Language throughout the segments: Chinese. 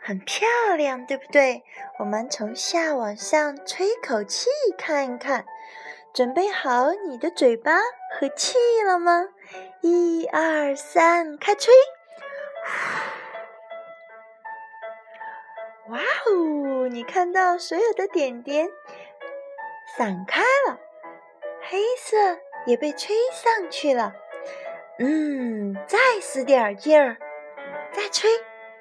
很漂亮，对不对？我们从下往上吹口气看一看，准备好你的嘴巴和气了吗？1、2、3，开吹！哇哦，你看到所有的点点散开了，黑色也被吹上去了。再使点劲儿，再吹。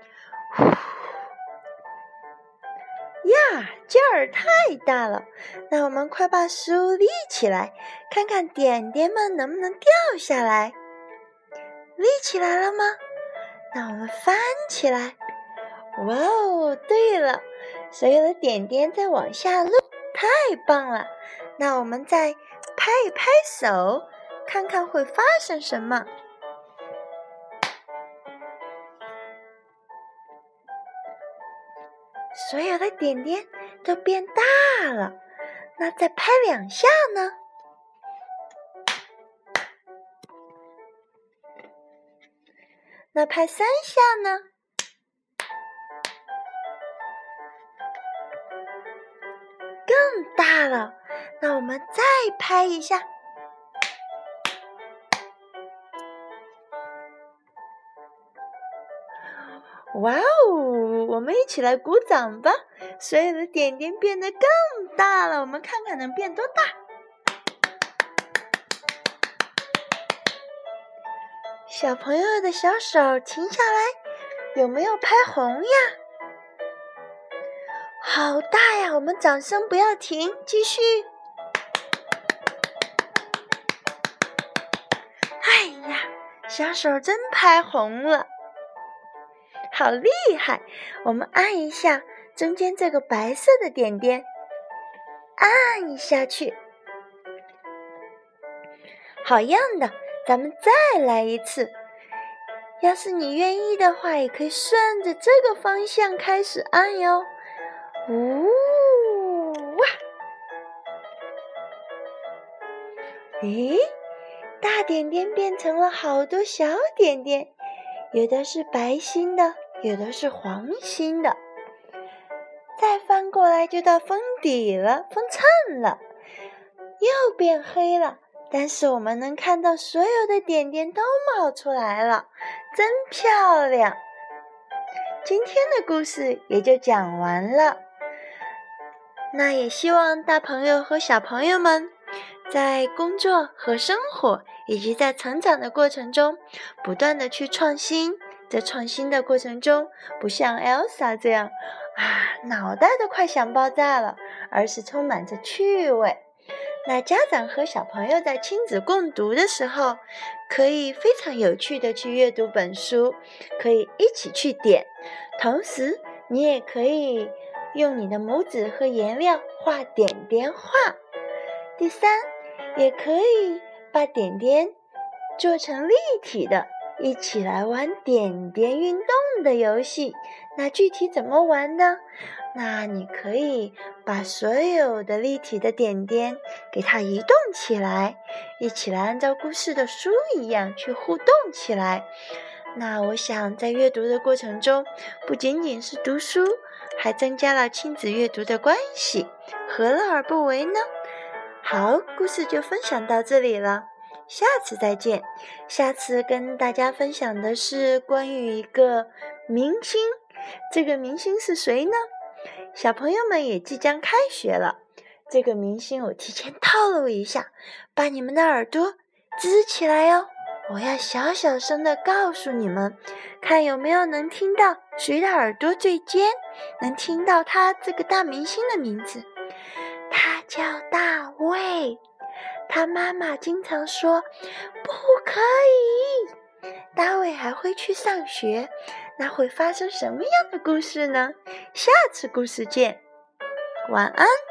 呀，劲儿太大了！那我们快把食物立起来，看看点点们能不能掉下来。立起来了吗？那我们翻起来。哇哦，对了，所有的点点在往下落，太棒了！那我们再拍一拍手，看看会发生什么。所有的点点都变大了，那再拍2下呢？那拍3下呢？更大了，那我们再拍一下。哇哦，我们一起来鼓掌吧！所有的点点变得更大了，我们看看能变多大。小朋友的小手停下来，有没有拍红呀？好大呀！我们掌声不要停，继续。哎呀，小手真拍红了，好厉害！我们按一下中间这个白色的点点，按一下去。好样的，咱们再来一次。要是你愿意的话，也可以顺着这个方向开始按哟。哇！咦，大点点变成了好多小点点，有的是白心的，有的是黄心的。再翻过来就到封底了，封衬了，又变黑了。但是我们能看到所有的点点都冒出来了，真漂亮。今天的故事也就讲完了。那也希望大朋友和小朋友们在工作和生活以及在成长的过程中不断的去创新，在创新的过程中不像 Elsa 这样脑袋都快想爆炸了，而是充满着趣味。那家长和小朋友在亲子共读的时候，可以非常有趣的去阅读本书，可以一起去点，同时你也可以用你的拇指和颜料画点点画。第3，也可以把点点做成立体的，一起来玩点点运动的游戏。那具体怎么玩呢？那你可以把所有的立体的点点给它移动起来，一起来按照故事的书一样去互动起来。那我想在阅读的过程中，不仅仅是读书，还增加了亲子阅读的关系，何乐而不为呢？好，故事就分享到这里了，下次再见。下次跟大家分享的是关于一个明星，这个明星是谁呢？小朋友们也即将开学了，这个明星我提前透露一下，把你们的耳朵支起来哦。我要小小声的告诉你们，看有没有能听到谁的耳朵最尖，能听到他这个大明星的名字。他叫大卫，他妈妈经常说不可以。大卫还会去上学，那会发生什么样的故事呢？下次故事见，晚安。